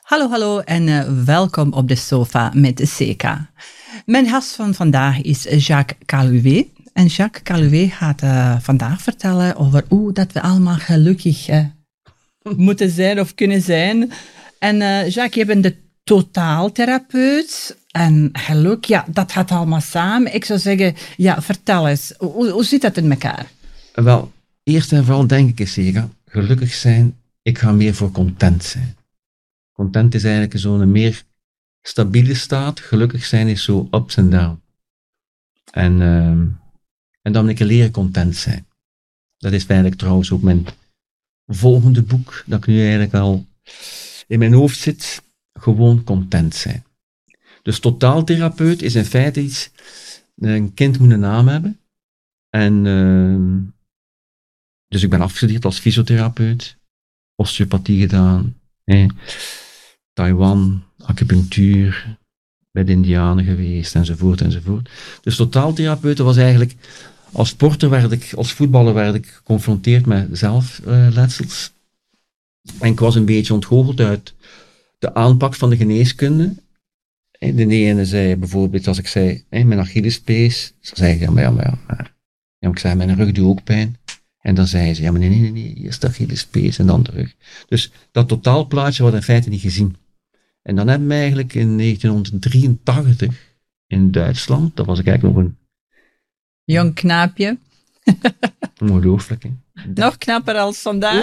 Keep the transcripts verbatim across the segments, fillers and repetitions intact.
Hallo, hallo en uh, welkom op de sofa met Seka. Mijn gast van vandaag is Jacques Caluwe. En Jacques Caluwe gaat uh, vandaag vertellen over hoe dat we allemaal gelukkig uh, moeten zijn of kunnen zijn. En uh, Jacques, je bent de totaaltherapeut. En geluk, ja, dat gaat allemaal samen. Ik zou zeggen, ja, vertel eens, hoe, hoe zit dat in elkaar? Wel, eerst en vooral denk ik eens, Seka, gelukkig zijn, ik ga meer voor content zijn. Content is eigenlijk zo'n meer stabiele staat. Gelukkig zijn is zo ups en down. En, uh, en dan moet ik leren content zijn. Dat is eigenlijk trouwens ook mijn volgende boek, dat ik nu eigenlijk al in mijn hoofd zit. Gewoon content zijn. Dus totaaltherapeut is in feite iets, een kind moet een naam hebben. En uh, dus ik ben afgestudeerd als fysiotherapeut, osteopathie gedaan, hè. Taiwan, acupunctuur, bij de Indianen geweest, enzovoort, enzovoort. Dus totaaltherapeuten was eigenlijk, als sporter werd ik, als voetballer werd ik geconfronteerd met zelfletsels. Uh, en ik was een beetje ontgoocheld uit de aanpak van de geneeskunde. En de ene zei bijvoorbeeld, als ik zei, hey, mijn Achillespees, dan zei ik, ja, maar ja, maar ja. ja maar ik zei, mijn rug doet ook pijn. En dan zei ze, ja, maar nee, nee, nee, hier is de Achillespees en dan de rug. Dus dat totaalplaatje wordt in feite niet gezien. En dan hebben we eigenlijk in negentien drieëntachtig in Duitsland, dat was ik eigenlijk nog een... Jong knaapje. Ongelooflijk, hè. Nog knapper als vandaag.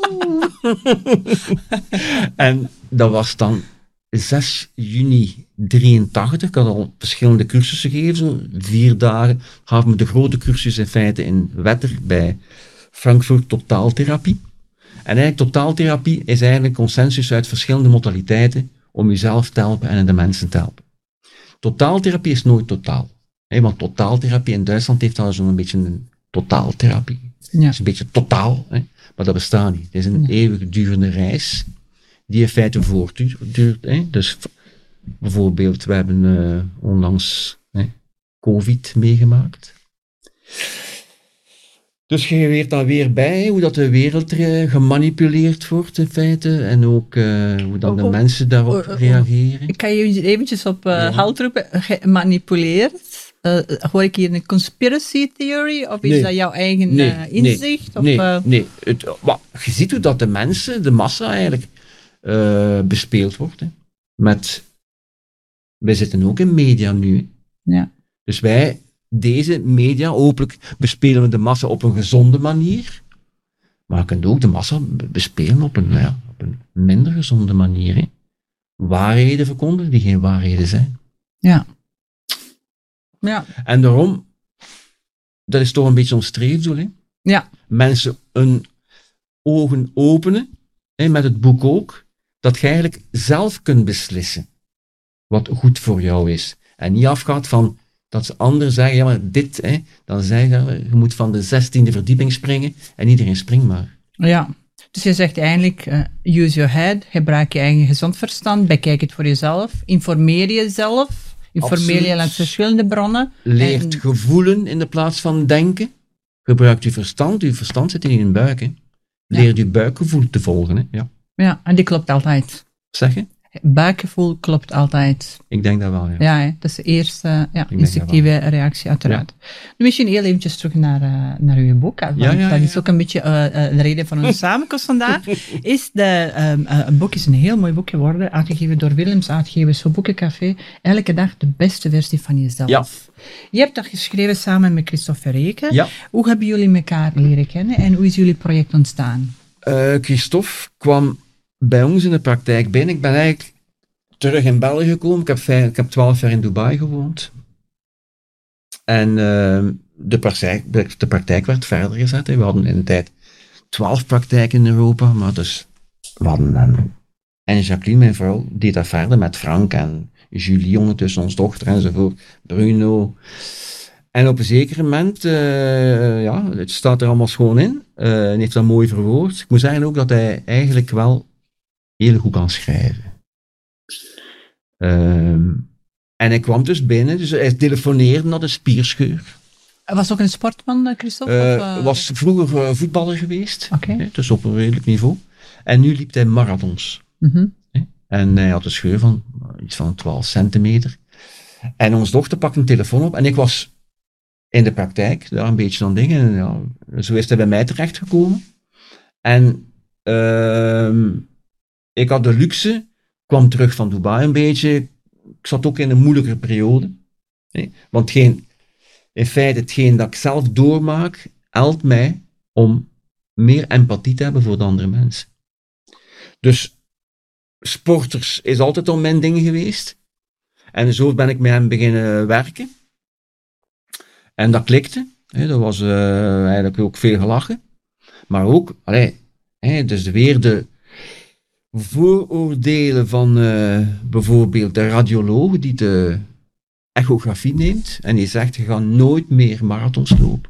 En dat was dan zes juni drieëntachtig. Ik had al verschillende cursussen gegeven, zo vier dagen. Gaven me de grote cursus in feite in Wetter bij Frankfurt Totaaltherapie. En eigenlijk totaaltherapie is eigenlijk consensus uit verschillende modaliteiten om jezelf te helpen en de mensen te helpen. Totaaltherapie is nooit totaal. He, want totaaltherapie in Duitsland heeft al zo'n beetje een totaaltherapie. Ja. Het is een beetje totaal, he, maar dat bestaat niet. Het is een ja. eeuwigdurende reis die in feite voortduurt. He. Dus bijvoorbeeld, we hebben uh, onlangs he, COVID meegemaakt. Dus je leert daar weer bij hoe dat de wereld uh, gemanipuleerd wordt in feite en ook uh, hoe dan oh, de mensen daarop oh, oh, reageren. Ik kan je eventjes op uh, ja. halt roepen, gemanipuleerd. Uh, hoor ik hier een conspiracy theory of is nee. dat jouw eigen nee, uh, inzicht? Nee, of, nee, uh... nee. Het, wat, je ziet hoe dat de mensen, de massa eigenlijk uh, bespeeld wordt. Hè. Met, wij zitten ook in media nu. Hè. Ja. Dus wij... Deze media, hopelijk bespelen we de massa op een gezonde manier. Maar je kunt ook de massa bespelen op een, ja, op een minder gezonde manier. Hè. Waarheden verkondigen die geen waarheden zijn. Ja. Ja. En daarom, dat is toch een beetje ons streefdoel. Hè. Ja. Mensen hun ogen openen, hè, met het boek ook, dat je eigenlijk zelf kunt beslissen wat goed voor jou is. En niet afgaat van... Dat ze anderen zeggen, ja maar dit, hè, dan zeggen we, je moet van de zestiende verdieping springen en iedereen springt maar. Ja, dus je zegt eigenlijk, uh, use your head, gebruik je eigen gezond verstand, bekijk het voor jezelf, informeer jezelf, informeer je aan verschillende bronnen. Leert en... gevoelen in de plaats van denken, gebruikt je verstand, je verstand zit in je buik, hè. Leer je buikgevoel te volgen. Hè. Ja. Ja, en die klopt altijd. Zeg je? Buikgevoel klopt altijd. Ik denk dat wel, ja. Ja, hè? Dat is de eerste ja, instinctieve reactie, uiteraard. Ja. Nu misschien heel eventjes terug naar, uh, naar uw boek. Want ja, ja, dat is ja. ook een beetje uh, uh, de reden van onze samenkomst vandaag. Is de, um, uh, een boek is een heel mooi boek geworden, uitgegeven door Willems Uitgevers voor Boekencafé. Elke dag de beste versie van jezelf. Ja. Je hebt dat geschreven samen met Christophe Verreken. Ja. Hoe hebben jullie elkaar leren kennen en hoe is jullie project ontstaan? Uh, Christophe kwam... bij ons in de praktijk binnen. Ik ben eigenlijk terug in België gekomen. Ik heb, vijf, ik heb twaalf jaar in Dubai gewoond. En uh, de, praktijk, de praktijk werd verder gezet. Hè. We hadden in de tijd twaalf praktijken in Europa, maar dus we hadden... En, en Jacqueline, mijn vrouw, deed dat verder met Frank en Julie ondertussen, ons dochter enzovoort, Bruno. En op een zeker moment, uh, ja, het staat er allemaal schoon in. Uh, en heeft dat mooi verwoord. Ik moet zeggen ook dat hij eigenlijk wel heel goed kan schrijven. Um, en hij kwam dus binnen, dus hij telefoneerde naar de spierscheur. Hij was ook een sportman, Christophe? Hij uh, uh, was vroeger uh, voetballer geweest, okay. hè, dus op een redelijk niveau. En nu liep hij marathons. Mm-hmm. Hè. En hij had een scheur van iets van twaalf centimeter. En onze dochter pakte een telefoon op en ik was in de praktijk, daar een beetje aan dingen. En ja, zo is hij bij mij terechtgekomen. En uh, ik had de luxe, kwam terug van Dubai een beetje. Ik zat ook in een moeilijke periode. Nee? Want geen, in feite, hetgeen dat ik zelf doormaak, helpt mij om meer empathie te hebben voor de andere mensen. Dus sporters is altijd al mijn ding geweest. En zo ben ik met hem beginnen werken. En dat klikte. Hè, dat was uh, eigenlijk ook veel gelachen. Maar ook, allee, hè, dus weer de vooroordelen van uh, bijvoorbeeld de radioloog die de echografie neemt en die zegt, je gaat nooit meer marathons lopen.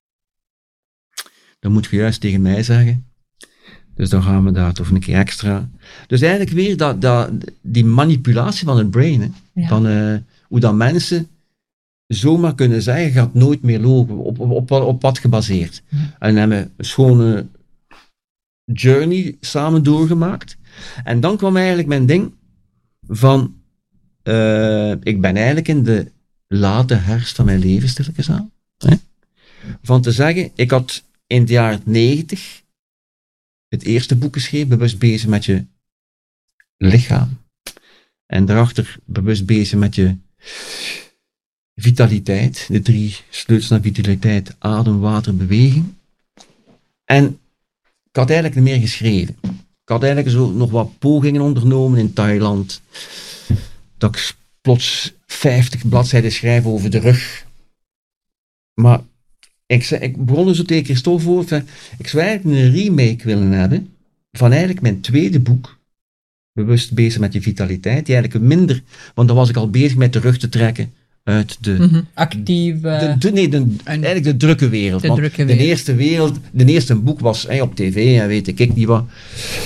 Dan moet je juist tegen mij zeggen. Dus dan gaan we daar toch een keer extra. Dus eigenlijk weer dat, dat, die manipulatie van het brain. Hè, ja. Van uh, hoe dat mensen zomaar kunnen zeggen, je gaat nooit meer lopen, op, op, op, op wat gebaseerd. Ja. En hebben we een schone journey samen doorgemaakt. En dan kwam eigenlijk mijn ding van, uh, ik ben eigenlijk in de late herfst van mijn leven stilletjes aan. Hè? Van te zeggen, ik had in de jaren negentig het eerste boek geschreven, bewust bezig met je lichaam. En daarachter bewust bezig met je vitaliteit, de drie sleutels naar vitaliteit, adem, water, beweging. En ik had eigenlijk niet meer geschreven. Ik had eigenlijk zo nog wat pogingen ondernomen in Thailand. Dat ik plots vijftig bladzijden schrijf over de rug. Maar ik, zei, ik begon er zo tegen Christophe over. Ik zou eigenlijk een remake willen hebben van eigenlijk mijn tweede boek. Bewust bezig met je vitaliteit. Die eigenlijk minder, want dan was ik al bezig met de rug te trekken uit de... Mm-hmm. Actieve... De, de, nee, de, eigenlijk de drukke wereld. De, want drukke wereld. de eerste wereld, de eerste boek was hey, op tv en weet ik niet wat.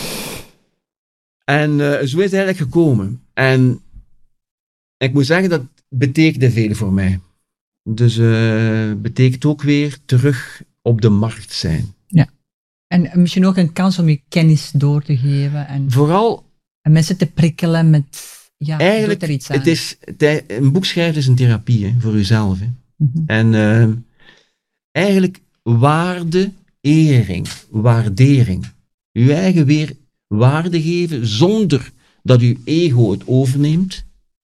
En uh, zo is het eigenlijk gekomen. En ik moet zeggen, dat betekende veel voor mij. Dus uh, betekent ook weer terug op de markt zijn. Ja. En misschien ook een kans om je kennis door te geven. En, Vooral... En mensen te prikkelen met... Ja, eigenlijk, er iets aan. Het is, een boek schrijven is een therapie hè, voor jezelf. Hè. Mm-hmm. En uh, eigenlijk waarde-ering, waardering. Je eigen weer waarde geven zonder dat je ego het overneemt.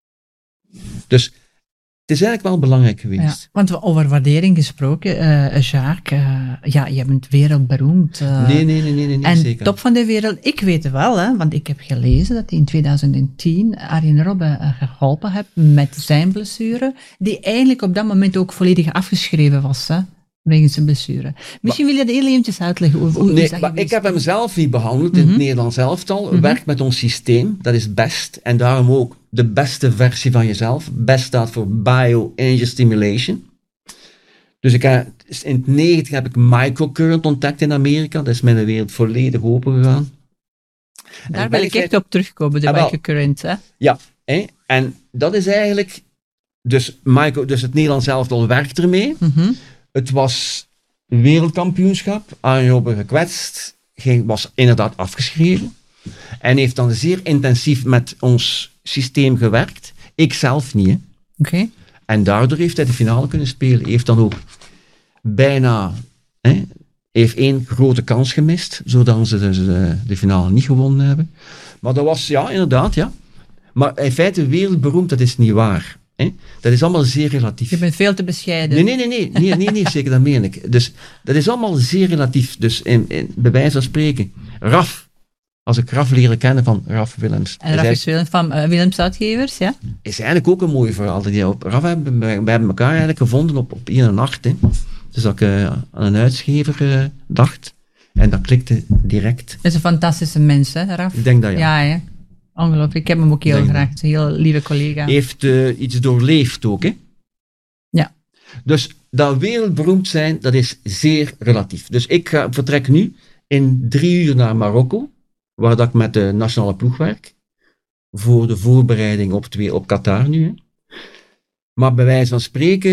Dus het is eigenlijk wel belangrijk geweest. Ja, want over waardering gesproken, uh, Jacques, uh, ja, je bent wereldberoemd. Uh, nee, nee, nee, nee, nee, en zeker. Top van de wereld, ik weet het wel, hè, want ik heb gelezen dat hij in twintig tien Arjen Robben uh, geholpen heeft met zijn blessure, die eigenlijk op dat moment ook volledig afgeschreven was, hè, wegens zijn blessure. Misschien maar, wil je dat heel eventjes uitleggen. Hoe, hoe nee, is dat maar ik heb hem zelf niet behandeld mm-hmm. in het Nederlands elftal. Mm-hmm. Werk met ons systeem, dat is best. En daarom ook de beste versie van jezelf. Best staat voor Bio-Energy Stimulation. Dus ik heb, in het negentig heb ik microcurrent ontdekt in Amerika. Dat is mijn wereld volledig open gegaan. Daar en wil ik echt op terugkomen, de ah, microcurrent. Hè? Ja, hè? En dat is eigenlijk... Dus, micro, dus het Nederlands elftal werkt ermee. Mm-hmm. Het was wereldkampioenschap. Arjen Robben gekwetst. Ging, was inderdaad afgeschreven. En heeft dan zeer intensief met ons systeem gewerkt. Ik zelf niet. Oké. Okay. En daardoor heeft hij de finale kunnen spelen. Heeft dan ook bijna... Hè, heeft één grote kans gemist. Zodat ze de, de, de finale niet gewonnen hebben. Maar dat was, ja, inderdaad, ja. Maar in feite, wereldberoemd, dat is niet waar. Hè? Dat is allemaal zeer relatief. Je bent veel te bescheiden. Nee, nee, nee, nee, nee, nee, nee zeker, dat meen ik. Dus dat is allemaal zeer relatief. Dus in, in, bij wijze van spreken, Raf, als ik Raf leren kennen van Raf Willems. En Raf is Willems van uh, Willems Uitgevers, ja? Is eigenlijk ook een mooie verhaal. Die op, Raf hebben, wij hebben elkaar eigenlijk gevonden op, op één nacht. Hè. Dus dat ik uh, aan een uitgever uh, dacht. En dat klikte direct. Dat is een fantastische mens, hè, Raf? Ik denk dat ja. Ja, ja. Ongelooflijk. Ik heb hem ook heel denk graag. Het is een heel lieve collega. Heeft uh, iets doorleefd ook, hè? Ja. Dus dat wereldberoemd zijn, dat is zeer relatief. Dus ik ga, vertrek nu in drie uur naar Marokko, waar dat ik met de nationale ploeg werk, voor de voorbereiding op, twee, op Qatar nu. Hè. Maar bij wijze van spreken,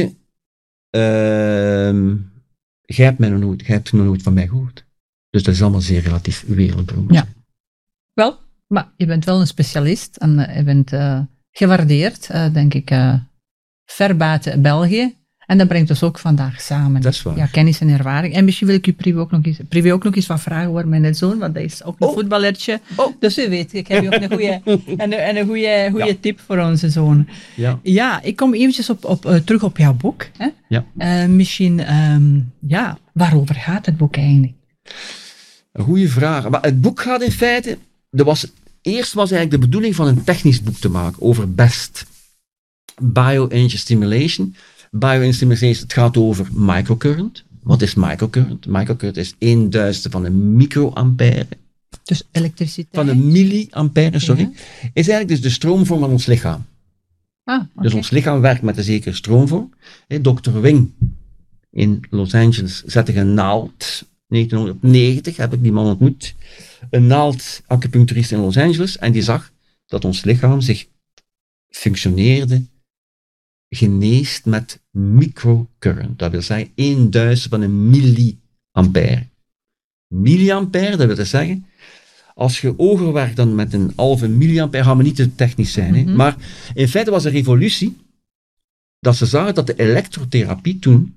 uh, jij hebt mij nog nooit, jij hebt nog nooit van mij gehoord. Dus dat is allemaal zeer relatief wereldberoemd. Ja. Wel, Maar je bent wel een specialist en uh, je bent uh, gewaardeerd, uh, denk ik, uh, ver buiten België. En dat brengt ons ook vandaag samen. Dat is waar. Ja, kennis en ervaring. En misschien wil ik u privé ook nog eens, privé ook nog eens wat vragen hoor, mijn zoon, want dat is ook een oh. voetballertje. Oh. Dus u weet, ik heb hier ook een goede, en, en een goede, goede ja. tip voor onze zoon. Ja, ja ik kom eventjes op, op, uh, terug op jouw boek. Hè? Ja. Uh, misschien, um, ja, waarover gaat het boek eigenlijk? Een goede vraag. Maar het boek gaat in feite, er was, eerst was eigenlijk de bedoeling van een technisch boek te maken over B E S T. Bioenergy Stimulation. Bioenergy Stimulation, het gaat over microcurrent. Wat is microcurrent? Microcurrent is een duizendste van een microampère. Dus elektriciteit? Van een milliampère, sorry. Ja. Is eigenlijk dus de stroomvorm van ons lichaam. Ah, okay. Dus ons lichaam werkt met een zekere stroomvorm. Hey, dokter Wing in Los Angeles zette een naald. negentienhonderdnegentig heb ik die man ontmoet. Een naald acupuncturist in Los Angeles. En die zag dat ons lichaam zich functioneerde, geneest met microcurrent. Dat wil zeggen een duizendste van een milliampère. Milliampère, dat wil zeggen, als je hoger werkt dan met een halve milliampère, gaan we niet te technisch zijn. Mm-hmm. Hè? Maar in feite was een revolutie dat ze zagen dat de elektrotherapie toen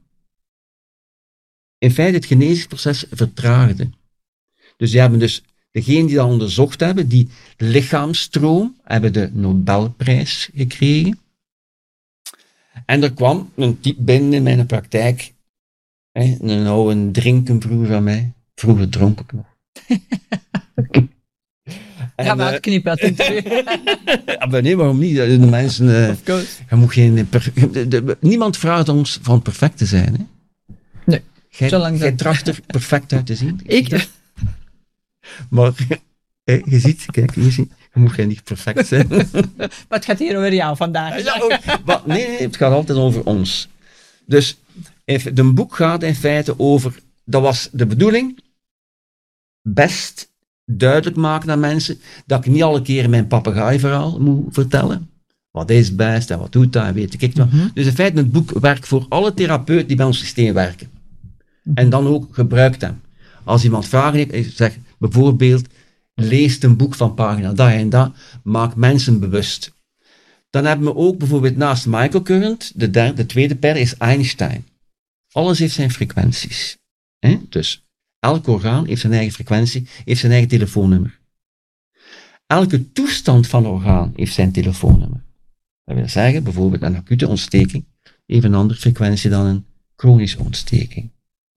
in feite het genezingsproces vertraagde. Dus die hebben dus, degenen die dat onderzocht hebben, die lichaamsstroom, hebben de Nobelprijs gekregen. En er kwam een type binnen in mijn praktijk, hè, een oude drinkenbroer van mij. Vroeger dronk ik nog. Ga maar uitknippen uit het Maar nee, waarom niet? De mensen, uh, je moet geen perfe- de, de, niemand vraagt ons van perfect te zijn. Hè? Nee. Jij, jij tracht er perfect uit te zien. Ik? Maar hey, je ziet, kijk, je ziet, je moet geen niet perfect zijn. Maar het gaat hier over jou vandaag. Ja, ook, maar nee, nee, het gaat altijd over ons. Dus het boek gaat in feite over, dat was de bedoeling, best duidelijk maken aan mensen, dat ik niet alle keer mijn papegaaiverhaal moet vertellen. Wat is best en wat doet dat en weet ik wat. Mm-hmm. Dus in feite, het boek werkt voor alle therapeuten die bij ons systeem werken. Mm-hmm. En dan ook gebruikt hem. Als iemand vragen heeft, zeg bijvoorbeeld, lees een boek van pagina dat en dat, maak mensen bewust. Dan hebben we ook bijvoorbeeld naast microcurrent, de, derde, de tweede pijler is Einstein. Alles heeft zijn frequenties. He? Dus elk orgaan heeft zijn eigen frequentie, heeft zijn eigen telefoonnummer. Elke toestand van een orgaan heeft zijn telefoonnummer. Dat wil zeggen, bijvoorbeeld een acute ontsteking heeft een andere frequentie dan een chronische ontsteking.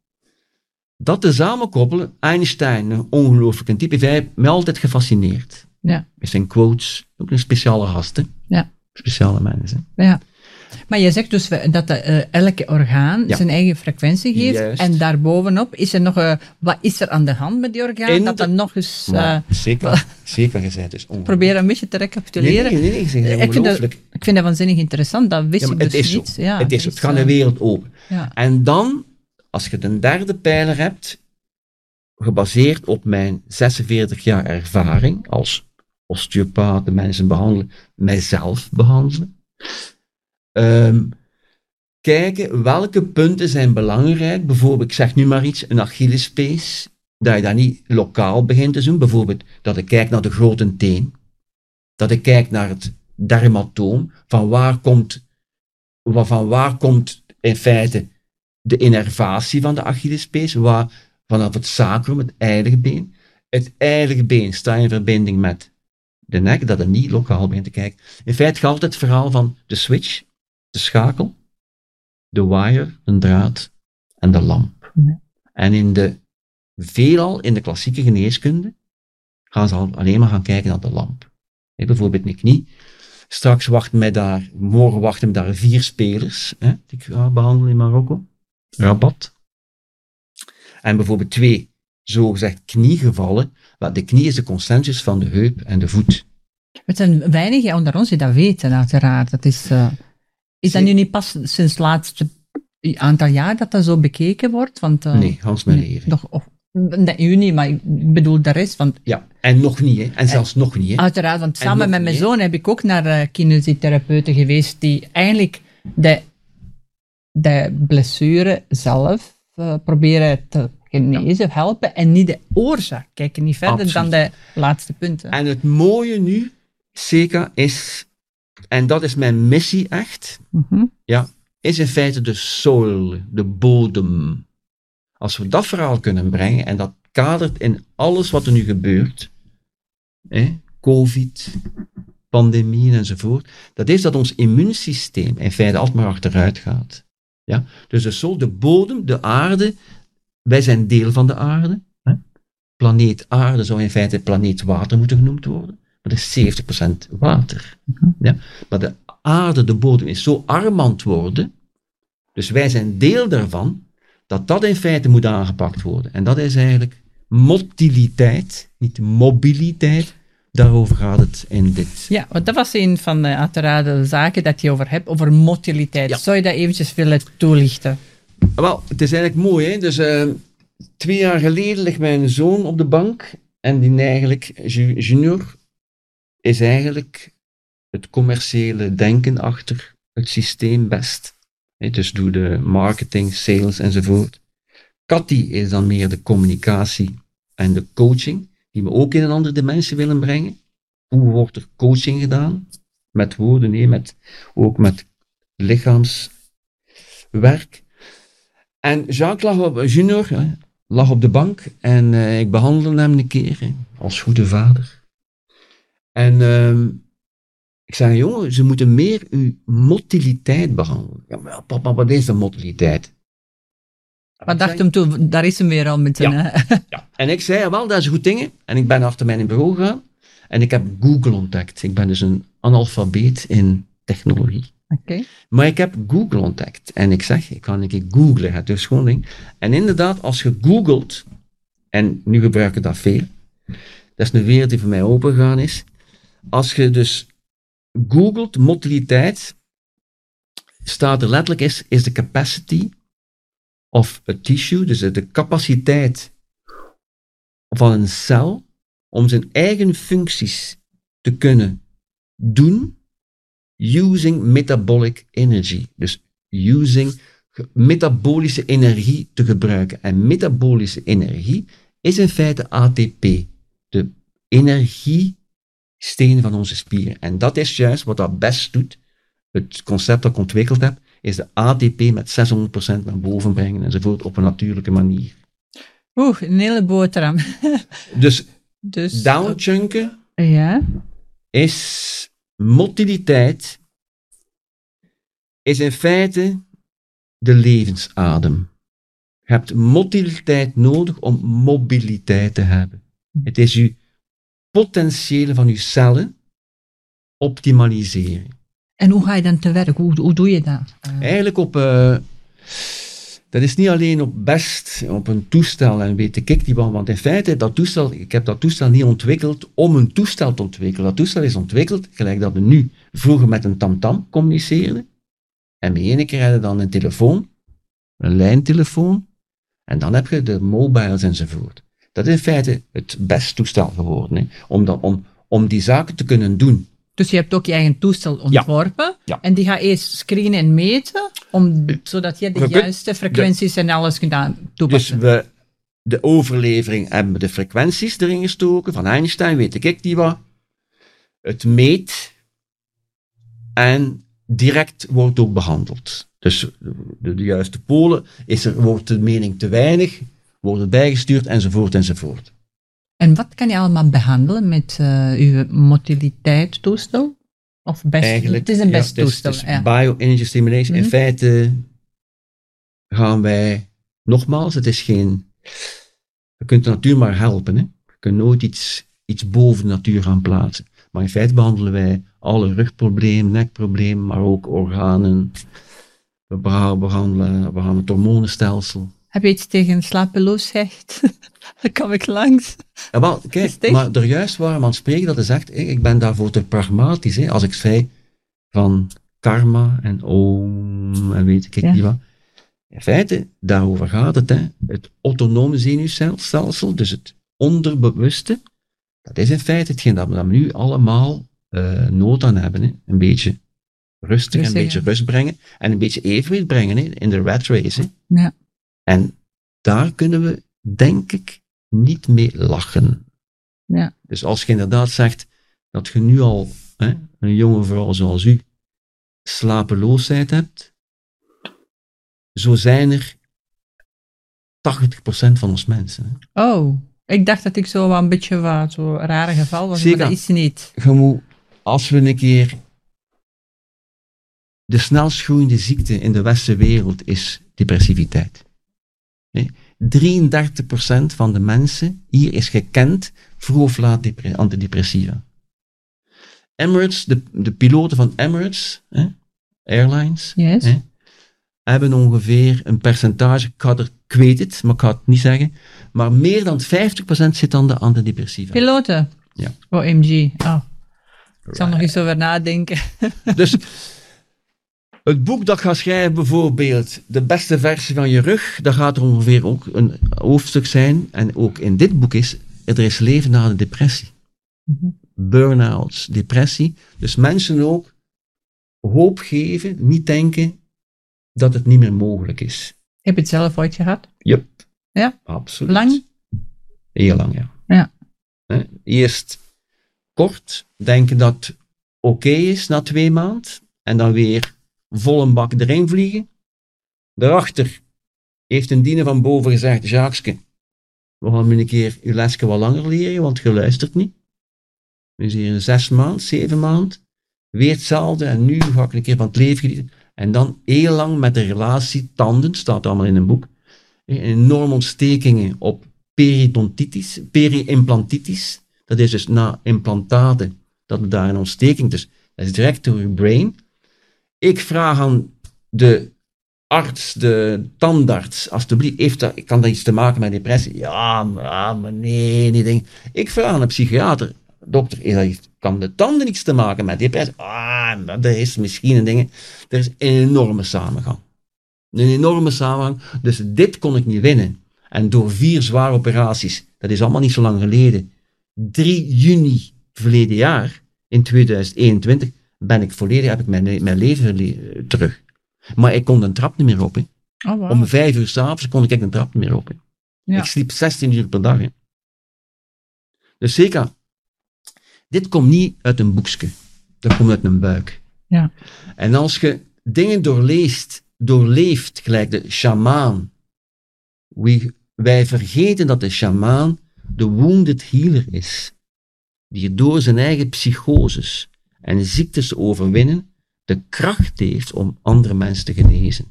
Dat te samenkoppelen, Einstein, een ongelooflijk type, heeft hij mij altijd gefascineerd. Ja. Met zijn quotes, ook een speciale gasten. Ja. Speciale mensen. Ja. Maar je zegt dus dat de, uh, elke orgaan ja. zijn eigen frequentie geeft. Juist. En daarbovenop is er nog, uh, wat is er aan de hand met die orgaan? En dat dan nog eens... Uh, ja, zeker, zeker gezegd. Dus probeer een beetje te recapituleren. Nee, nee, nee, nee, nee, ik, vind dat, ik vind dat waanzinnig interessant, dat wist ja, ik dus is niet. Ja, het is zo, het gaat een wereld open. Ja. En dan, als je de derde pijler hebt, gebaseerd op mijn zesenveertig jaar ervaring als osteopaat, de mensen behandelen, mijzelf behandelen. Um, kijken welke punten zijn belangrijk. Bijvoorbeeld, ik zeg nu maar iets, een Achillespees, dat je dat niet lokaal begint te doen. Bijvoorbeeld, dat ik kijk naar de grote teen. Dat ik kijk naar het dermatoom. Van waar komt, van waar komt in feite de innervatie van de Achillespees? Waar, vanaf het sacrum, het ijderbeen. Het ijderbeen staat in verbinding met de nek, dat er niet lokaal begint te kijken. In feite geldt het verhaal van de switch, de schakel, de wire, een draad en de lamp. Nee. En in de, veelal in de klassieke geneeskunde gaan ze alleen maar gaan kijken naar de lamp. He, bijvoorbeeld een knie. Straks wachten mij daar, morgen wachten me daar vier spelers, he, die ik ga behandelen in Marokko. Rabat. En bijvoorbeeld twee, zogezegd kniegevallen. De knie is de concentrus van de heup en de voet. Het zijn weinigen onder ons die dat weten, uiteraard. Dat is, uh, is dat nu niet pas sinds het laatste aantal jaar dat dat zo bekeken wordt? Want, uh, nee, Hans mijn leven. Nog, of, nee, u niet, maar ik bedoel de rest. Want, ja, en nog niet, hè. En zelfs en, nog niet. Hè. Uiteraard, want samen met mijn zoon heb ik ook naar uh, kinesitherapeuten geweest die eigenlijk de, de blessure zelf uh, proberen te genezen, ja. helpen en niet de oorzaak. Kijken niet verder Absoluut. dan de laatste punten. En het mooie nu, Seka, is, en dat is mijn missie echt, mm-hmm. ja, is in feite de soil, de bodem. Als we dat verhaal kunnen brengen, en dat kadert in alles wat er nu gebeurt, hè, COVID, pandemieën enzovoort, dat is dat ons immuunsysteem in feite altijd maar achteruit gaat. Ja? Dus de soil, de bodem, de aarde, wij zijn deel van de aarde. Hè? Planeet aarde zou in feite planeet water moeten genoemd worden, maar dat is zeventig procent water. Mm-hmm. Ja? Maar de aarde, de bodem, is zo arm aan het worden, dus wij zijn deel daarvan, dat dat in feite moet aangepakt worden. En dat is eigenlijk motiliteit, niet mobiliteit. Daarover gaat het in dit. Ja, want dat was een van de uiteraard de zaken dat je over hebt, over motiliteit. Ja. Zou je dat eventjes willen toelichten? Wel, het is eigenlijk mooi, hè. Dus uh, twee jaar geleden ligt mijn zoon op de bank en die eigenlijk, junior, is eigenlijk het commerciële denken achter het systeem best. He, dus doe de marketing, sales enzovoort. Cathy is dan meer de communicatie en de coaching, die we ook in een andere dimensie willen brengen. Hoe wordt er coaching gedaan? Met woorden, nee, met, ook met lichaamswerk. En Jacques lag op, junior, ja, lag op de bank en uh, ik behandelde hem een keer, hè, als goede vader. En uh, ik zei, jongen, ze moeten meer uw motiliteit behandelen. Ja, maar papa, wat is de motiliteit? Wat dacht hem toen? Daar is hem weer al met zijn... Ja, ja. En ik zei, wel, dat is een goed ding. En ik ben achter mijn bureau gegaan. En ik heb Google ontdekt. Ik ben dus een analfabeet in technologie. Okay. Maar ik heb Google ontdekt. En ik zeg, ik ga een keer googlen. Het is gewoon ding. En inderdaad, als je googelt, en nu gebruik ik dat veel, dat is een wereld die voor mij opengegaan is. Als je dus googelt motiliteit, staat er letterlijk is, is de capacity of a tissue, dus de capaciteit van een cel om zijn eigen functies te kunnen doen using metabolic energy. Dus using metabolische energie te gebruiken. En metabolische energie is in feite A T P, de energiesteen van onze spieren. En dat is juist wat dat best doet. Het concept dat ik ontwikkeld heb, is de A T P met zeshonderd procent naar boven brengen enzovoort op een natuurlijke manier. Oeh, een hele boterham. Dus, dus downchunken ja. is motiliteit, is in feite de levensadem. Je hebt motiliteit nodig om mobiliteit te hebben. Het is je potentiële van je cellen optimaliseren. En hoe ga je dan te werk? Hoe, hoe doe je dat? Uh... Eigenlijk op... Uh, dat is niet alleen op best, op een toestel en weet ik die wel, want in feite, dat toestel, ik heb dat toestel niet ontwikkeld om een toestel te ontwikkelen. Dat toestel is ontwikkeld, gelijk dat we nu vroeger met een tamtam communiceerden. En bij ene keer hadden we dan een telefoon, een lijntelefoon, en dan heb je de mobiles enzovoort. Dat is in feite het best toestel geworden, hè, om, dat, om, om die zaken te kunnen doen. Dus je hebt ook je eigen toestel ontworpen, ja. Ja. En die gaat eerst screenen en meten, om, zodat je de we juiste kunt, frequenties de, en alles kunt toepassen. Dus we, de overlevering hebben we de frequenties erin gestoken, van Einstein, weet ik die wat. Het meet, en direct wordt ook behandeld. Dus de, de juiste polen, is er, wordt de mening te weinig, wordt het bijgestuurd, enzovoort, enzovoort. En wat kan je allemaal behandelen met uh, uw motiliteitstoestel? Of best, Eigenlijk, het is een ja, best toestel. Het is, het is ja. Bioenergy stimulation. Mm-hmm. In feite gaan wij, nogmaals, het is geen... Je kunt de natuur maar helpen. Hè? Je kunt nooit iets, iets boven de natuur gaan plaatsen. Maar in feite behandelen wij alle rugproblemen, nekproblemen, maar ook organen. We behandelen, we behandelen het hormonenstelsel. Heb je iets tegen slapeloosheid? Dan kom ik langs. Ja, wel, kijk, maar er juist waar we aan het spreken, dat is echt, ik ben daarvoor te pragmatisch. Hè, als ik zei van karma en om en weet ik ja. niet wat. In feite, daarover gaat het. Hè. Het autonome zenuwstelsel, dus het onderbewuste, dat is in feite hetgeen dat we nu allemaal uh, nood aan hebben. Hè. Een beetje rustig, rustig een beetje ja. rust brengen en een beetje evenwicht brengen hè, in de rat race. Hè. Ja. En daar kunnen we denk ik, niet mee lachen. Ja. Dus als je inderdaad zegt dat je nu al, hè, een jonge vrouw zoals u, slapeloosheid hebt, zo zijn er tachtig procent van ons mensen. Hè. Oh, ik dacht dat ik zo wel een beetje wat zo rare geval was, Zeker. maar dat is niet. Je moet, als we een keer... De snelst groeiende ziekte in de westerse wereld is depressiviteit. Hè. drieëndertig procent van de mensen hier is gekend, vroeg of laat, depre- antidepressiva. Emirates, de, de piloten van Emirates, hè, Airlines, Yes. hè, hebben ongeveer een percentage, ik, had er, ik weet het, maar ik ga het niet zeggen, maar meer dan vijftig procent zit aan de antidepressiva. Piloten? Ja. O M G. Oh. Ik zal nog eens over nadenken. Dus het boek dat ik ga schrijven, bijvoorbeeld De beste versie van je rug, daar gaat er ongeveer ook een hoofdstuk zijn, en ook in dit boek is, er is leven na de depressie. Mm-hmm. Burn-outs, depressie. Dus mensen ook hoop geven, niet denken dat het niet meer mogelijk is. Heb je het zelf ooit gehad? Yep. Ja? Absoluut. Lang? Heel lang, ja. Ja. Hè, eerst kort, denken dat het oké is na twee maanden, en dan weer vol een bak erin vliegen. Daarachter heeft een diener van boven gezegd, Jacques, we gaan nu een keer uw lesje wat langer leren, want je luistert niet. Dus hier in zes maanden, zeven maanden, weer hetzelfde, en nu ga ik een keer van het leven genieten. En dan heel lang met de relatie tanden, staat allemaal in een boek, enorme ontstekingen op periodontitis, peri-implantitis, dat is dus na implantaten, dat er daar een ontsteking is. Dat is direct door je brain. Ik vraag aan de arts, de tandarts, alsjeblieft, heeft dat, kan dat iets te maken met depressie? Ja, maar, maar nee, die ding. Ik vraag aan een psychiater, dokter, is dat, kan de tanden iets te maken met depressie? Ah, dat is misschien een ding. Er is een enorme samenhang. Een enorme samenhang. Dus dit kon ik niet winnen. En door vier zware operaties, dat is allemaal niet zo lang geleden, drie juni verleden jaar, in tweeduizend eenentwintig, ben ik volledig, heb ik mijn, mijn leven le- terug. Maar ik kon de trap niet meer op. Hè. Oh, wow. Om vijf uur s'avonds kon ik de trap niet meer op. Hè. Ja. Ik sliep zestien uur per dag. Hè. Dus zeker, dit komt niet uit een boekje. Dat komt uit een buik. Ja. En als je dingen doorleest, doorleeft, gelijk de sjamaan. Wij vergeten dat de sjamaan de wounded healer is. Die door zijn eigen psychoses en ziektes te overwinnen, de kracht heeft om andere mensen te genezen.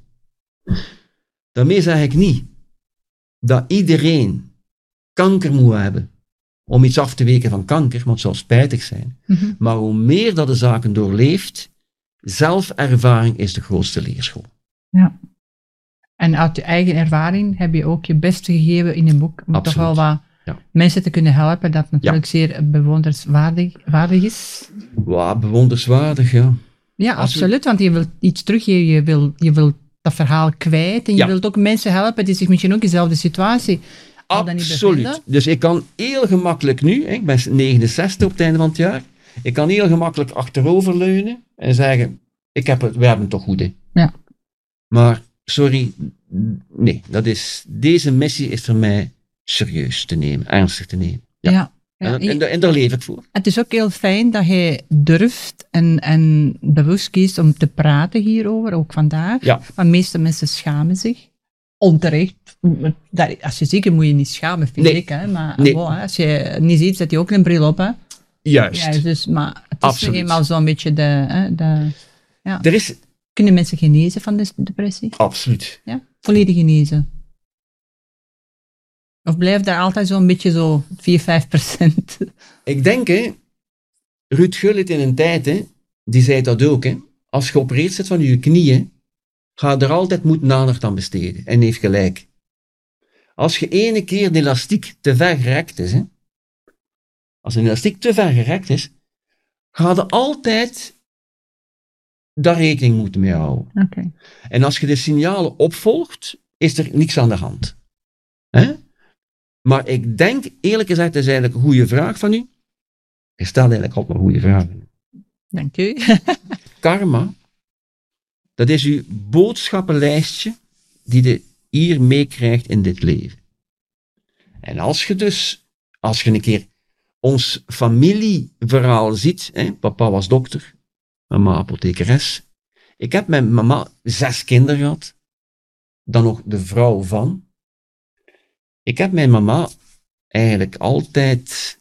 Daarmee zeg ik niet dat iedereen kanker moet hebben om iets af te weken van kanker, want het zal spijtig zijn. Mm-hmm. Maar hoe meer dat de zaken doorleeft, zelfervaring is de grootste leerschool. Ja. En uit je eigen ervaring heb je ook je beste gegeven in een boek, om toch wel wat ja. mensen te kunnen helpen, dat natuurlijk ja. zeer bewonderenswaardig waardig is. Wow, bewonderenswaardig, ja. Ja, Als absoluut, we... want je wilt iets teruggeven, je wilt, je wilt dat verhaal kwijt en je ja. wilt ook mensen helpen die zich misschien ook in dezelfde situatie Absoluut. Dus ik kan heel gemakkelijk nu, ik ben negenenzestig op het einde van het jaar, ik kan heel gemakkelijk achteroverleunen en zeggen, ik heb het, we hebben het toch goed, hè. Ja. Maar, sorry, nee, dat is, deze missie is voor mij serieus te nemen, ernstig te nemen. Ja. ja, ja. En, en, en, en daar leef ik voor. Het is ook heel fijn dat je durft en, en bewust kiest om te praten hierover, ook vandaag. Ja. Maar de meeste mensen schamen zich. Onterecht. Als je ziek is, moet je niet schamen, vind nee. ik. Hè? Maar nee. wow, als je niet ziet, zet je ook een bril op. Hè? Juist. Ja, dus, maar het is Absoluut. nu eenmaal zo'n beetje de... Hè, de ja. Er is... Kunnen mensen genezen van de depressie? Absoluut. Ja? Volledig genezen. Of blijft daar altijd zo'n beetje zo vier, vijf procent? Ik denk, hè, Ruud Gullit in een tijd, hè, die zei dat ook, hè, als je geopereerd zit van je knieën, ga er altijd moeten aandacht aan besteden. En heeft gelijk. Als je ene keer de elastiek te ver gerekt is, hè, als een elastiek te ver gerekt is, ga je altijd daar rekening moeten mee houden. Okay. En als je de signalen opvolgt, is er niks aan de hand. Hè? Maar ik denk, eerlijk gezegd, dat is eigenlijk een goede vraag van u. Je stelt eigenlijk altijd maar goede vragen. Dank u. Karma, dat is uw boodschappenlijstje die je hier meekrijgt in dit leven. En als je dus, als je een keer ons familieverhaal ziet, hè, papa was dokter, mama apothekeres. Ik heb met mama zes kinderen gehad, dan nog de vrouw van. Ik heb mijn mama eigenlijk altijd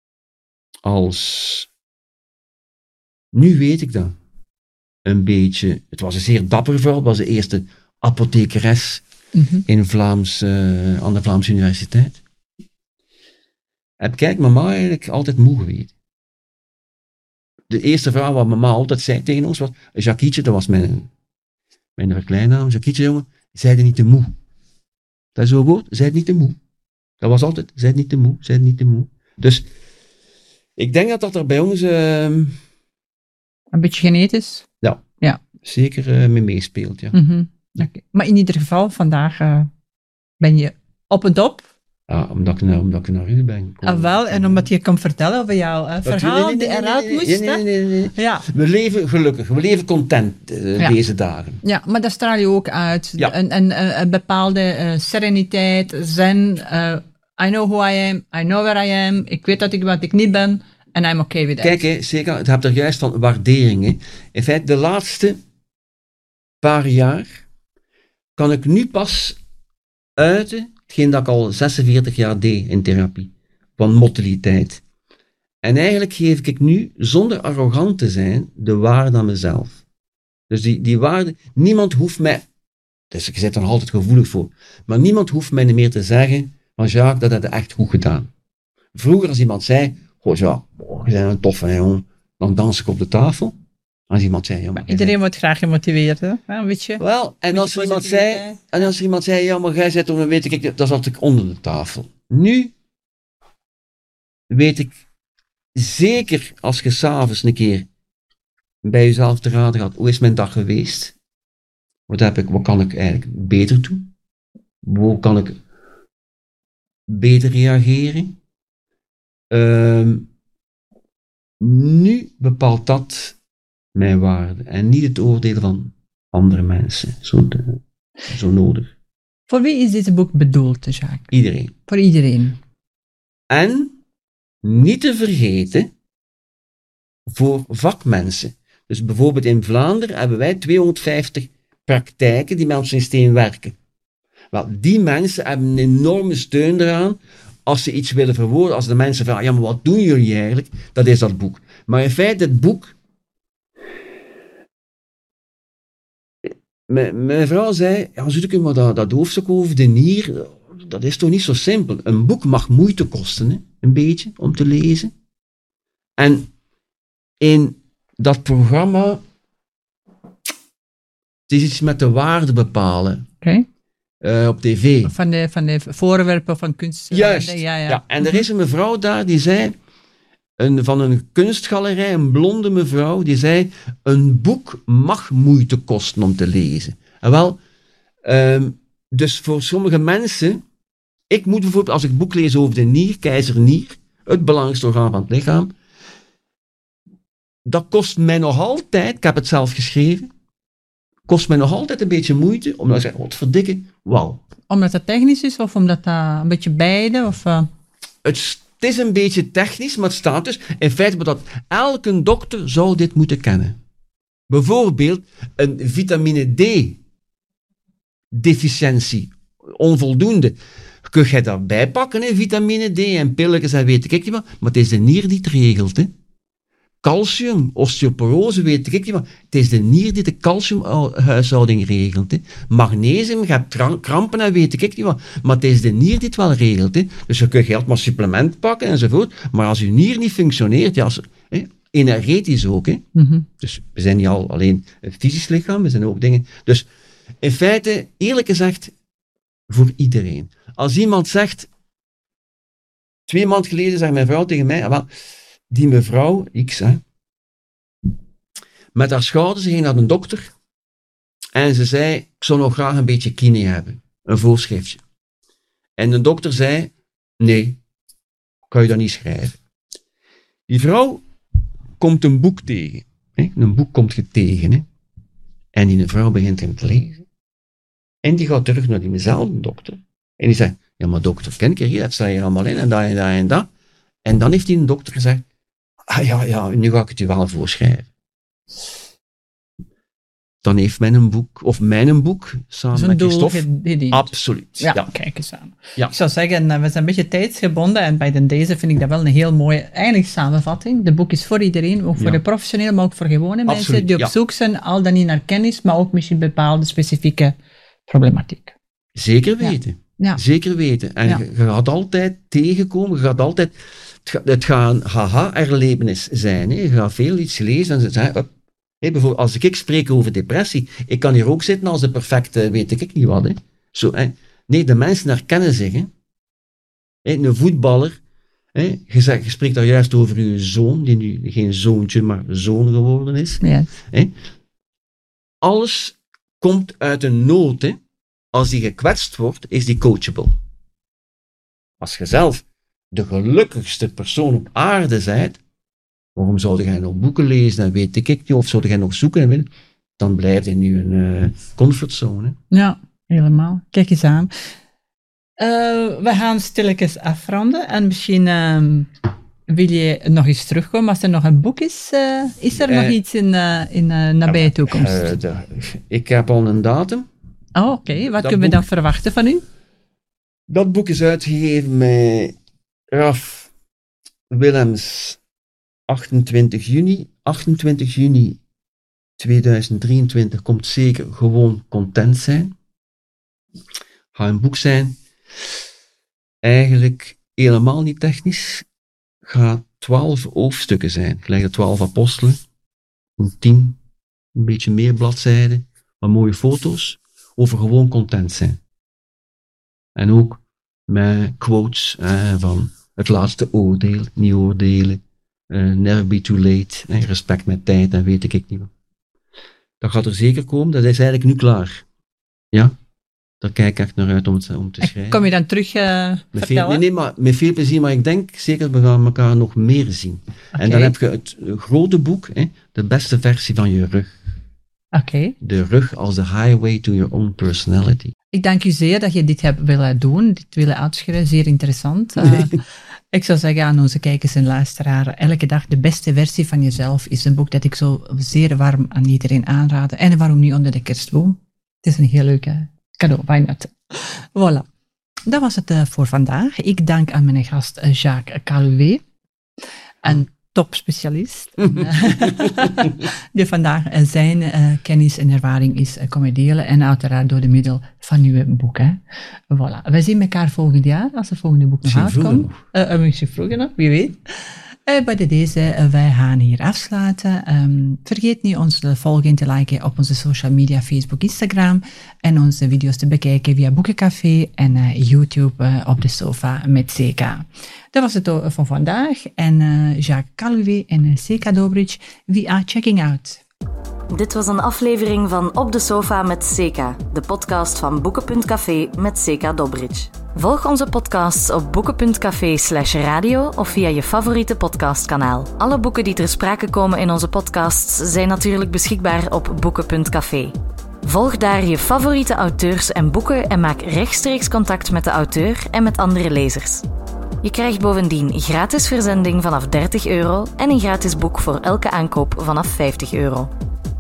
als, nu weet ik dat, een beetje, het was een zeer dapper vrouw, het was de eerste apothekeres mm-hmm. in Vlaams, uh, aan de Vlaamse Universiteit. Heb ik eigenlijk mama eigenlijk altijd moe geweten. De eerste vraag wat mama altijd zei tegen ons was, Jacquietje, dat was mijn, mijn verkleinnaam, Jacquietje jongen, zijde niet te moe. Dat is zo'n woord, zijde niet te moe. Dat was altijd, zijde niet te moe, zijde niet te moe. Dus, ik denk dat dat er bij ons... Uh, een beetje genetisch? Ja, ja. zeker uh, mee meespeelt, ja. Mm-hmm. Okay. Maar in ieder geval, vandaag uh, ben je op en top. Ja, omdat ik, omdat ik naar u ben gekomen. Ah, wel, en omdat je kan vertellen over jouw uh, verhaal nee, nee, nee, die eruit nee, nee, moest. Nee, nee, nee, nee, nee. Ja. We leven gelukkig, we leven content uh, ja. deze dagen. Ja, maar dat straal je ook uit. Ja. Een, een, een, een bepaalde uh, sereniteit, zen. Uh, I know who I am, I know where I am. Ik weet dat ik wat ik niet ben en I'm okay with that. Kijk, hè, zeker, het hebt er juist van waardering. Hè. In feite, de laatste paar jaar kan ik nu pas uiten hetgeen dat ik al zesenveertig jaar deed in therapie, van mottiliteit. En eigenlijk geef ik nu, zonder arrogant te zijn, de waarde aan mezelf. Dus die, die waarde, niemand hoeft mij, dus ik zit er nog altijd gevoelig voor, maar niemand hoeft mij niet meer te zeggen, van Jacques, dat heb je echt goed gedaan. Vroeger als iemand zei, goh ja, oh, je bent een toffe jongen, dan dans ik op de tafel. Als iemand zei, ja, maar iedereen zei, wordt graag gemotiveerd, hè? Ja, weet je? Wel, en als, er iemand zei, en als er iemand zei, ja, maar jij zit, dan weet ik, dan zat ik onder de tafel. Nu weet ik zeker, als je s'avonds een keer bij jezelf te raden gaat, hoe is mijn dag geweest? Wat heb ik, wat kan ik eigenlijk beter doen? Hoe kan ik beter reageren? Um, nu bepaalt dat mijn waarde en niet het oordeel van andere mensen. Zo, de, zo nodig. Voor wie is dit boek bedoeld, Jacques? Iedereen. Voor iedereen. En niet te vergeten voor vakmensen. Dus bijvoorbeeld in Vlaanderen hebben wij tweehonderdvijftig praktijken die met ons systeem werken. Wel, die mensen hebben een enorme steun eraan als ze iets willen verwoorden. Als de mensen vragen, ja, maar wat doen jullie eigenlijk? Dat is dat boek. Maar in feite, het boek... M- mijn vrouw zei, ja, zoek ik maar dat, dat hoofdstuk over de nier, dat is toch niet zo simpel. Een boek mag moeite kosten, hè? Een beetje, om te lezen. En in dat programma, het is iets met de waarde bepalen. Oké. Okay. Uh, op tv. Van de, van de voorwerpen van kunst. Juist. Ja, ja. ja, en er is een mevrouw daar die zei, een, van een kunstgalerij, een blonde mevrouw, die zei, een boek mag moeite kosten om te lezen. En wel, um, dus voor sommige mensen, ik moet bijvoorbeeld, als ik een boek lees over de nier, keizernier, het belangrijkste orgaan van het lichaam, dat kost mij nog altijd, ik heb het zelf geschreven, kost mij nog altijd een beetje moeite, omdat ik zeg, wat verdikke, wauw. Omdat het technisch is, of omdat dat een beetje beide, of... Uh... Het, het is een beetje technisch, maar het staat dus, in feite, dat elke dokter zou dit moeten kennen. Bijvoorbeeld, een vitamine D deficiëntie, onvoldoende. Kun je daarbij pakken, hè, vitamine D en pilletjes en weet ik niet wat, maar het is de nier die het regelt, hè. Calcium, osteoporose, weet ik niet wat. Het is de nier die de calciumhuishouding regelt. Hè. Magnesium, je hebt krampen en weet ik niet wat. Maar het is de nier die het wel regelt. Hè. Dus je kunt geld maar supplement pakken enzovoort. Maar als je nier niet functioneert, ja, als, hè, energetisch ook. Hè. Mm-hmm. Dus we zijn niet al alleen een fysisch lichaam, we zijn ook dingen. Dus in feite, eerlijk gezegd, voor iedereen. Als iemand zegt, twee maanden geleden zei mijn vrouw tegen mij, ah, wel, die mevrouw, X, hè, met haar schouders, ze ging naar een dokter en ze zei, ik zou nog graag een beetje kine hebben, een voorschriftje. En de dokter zei, nee, kan je dat niet schrijven. Die vrouw komt een boek tegen, hè? Een boek komt je tegen, hè? En die vrouw begint hem te lezen. En die gaat terug naar diezelfde dokter en die zegt, Ja, maar dokter, ken ik hier, dat staat hier allemaal in en dat en dat en dat. En dan heeft die dokter gezegd, ah ja, ja, nu ga ik het u wel voorschrijven. Dan heeft men een boek, of mijn een boek, samen met Christophe. Absoluut. Ja, ja, kijk eens aan. Ja. Ik zou zeggen, we zijn een beetje tijdsgebonden en bij deze vind ik dat wel een heel mooie, eigenlijk samenvatting. De boek is voor iedereen, ook voor ja. de professioneel, maar ook voor gewone Absoluut, mensen die op ja. zoek zijn, al dan niet naar kennis, maar ook misschien bepaalde specifieke problematiek. Zeker weten. Ja. Ja. Zeker weten. En ja. je, je gaat altijd tegenkomen, je gaat altijd, het gaat, het gaat een haha-erlevenis zijn. Hè. Je gaat veel iets lezen en zeggen, hey, bijvoorbeeld, als ik spreek over depressie, ik kan hier ook zitten als de perfecte, weet ik niet wat. Hè. Zo, hè. Nee, de mensen herkennen zich. Hè. Hè, een voetballer, hè. Je, zegt, je spreekt daar juist over je zoon, die nu geen zoontje, maar zoon geworden is. Ja. Hè. Alles komt uit een nood. Hè. Als die gekwetst wordt, is die coachable. Als je zelf de gelukkigste persoon op aarde bent, waarom zou jij nog boeken lezen en weet ik niet, of zou jij nog zoeken en dan blijf je nu een uh, comfortzone. Ja, helemaal. Kijk eens aan. Uh, we gaan stilletjes afronden en misschien uh, wil je nog eens terugkomen als er nog een boek is. Uh, is er uh, nog iets in, uh, in uh, nabije ja, toekomst? Uh, de, ik heb al een datum. Oh, oké. Okay. Wat dat kunnen boek, we dan verwachten van u? Dat boek is uitgegeven met Raf Willems achtentwintig juni. achtentwintig juni tweeduizend drieëntwintig komt zeker gewoon content zijn. Gaat een boek zijn. Eigenlijk helemaal niet technisch. Gaat twaalf hoofdstukken zijn. Gelijk de twaalf apostelen. Een tien, een beetje meer bladzijden. Wat mooie foto's. Over gewoon content zijn. En ook met quotes eh, van het laatste oordeel, niet oordelen, uh, never be too late, eh, respect met tijd en weet ik niet wat. Dat gaat er zeker komen, dat is eigenlijk nu klaar. Ja, daar kijk ik echt naar uit om, het, om te schrijven. Kom je dan terug uh, met vertellen? Veel, nee, nee, maar met veel plezier, maar ik denk zeker we gaan elkaar nog meer zien. Okay. En dan heb je het grote boek, eh, de beste versie van je rug. Okay. De rug als de highway to your own personality. Ik dank u zeer dat je dit hebt willen doen, dit willen uitschrijven, zeer interessant. Uh, ik zou zeggen aan onze kijkers en luisteraars, elke dag de beste versie van jezelf is een boek dat ik zo zeer warm aan iedereen aanraad. En waarom niet onder de kerstboom? Het is een heel leuk cadeau, why not? Voilà. Dat was het uh, voor vandaag. Ik dank aan mijn gast uh, Jacques Caluwe. En topspecialist, die vandaag uh, zijn uh, kennis en ervaring is uh, komen delen en uiteraard door de middel van uw boek. Hè. Voilà. Wij zien elkaar volgend jaar, als het volgende boek nog uitkomt. Uh, uh, misschien vroeger nog, wie weet. Uh, bij de deze, uh, wij gaan hier afsluiten. Um, vergeet niet ons te volgen en te liken op onze social media, Facebook, Instagram. En onze video's te bekijken via Boekencafé en uh, YouTube uh, op de sofa met Seka. Dat was het voor vandaag. En uh, Jacques Caluwe en uh, Seka Dobrich, we are checking out. Dit was een aflevering van Op de Sofa met Seka, de podcast van Boeken.café met Seka Dobrich. Volg onze podcasts op boeken.café slash radio of via je favoriete podcastkanaal. Alle boeken die ter sprake komen in onze podcasts zijn natuurlijk beschikbaar op boeken.café. Volg daar je favoriete auteurs en boeken en maak rechtstreeks contact met de auteur en met andere lezers. Je krijgt bovendien gratis verzending vanaf dertig euro en een gratis boek voor elke aankoop vanaf vijftig euro.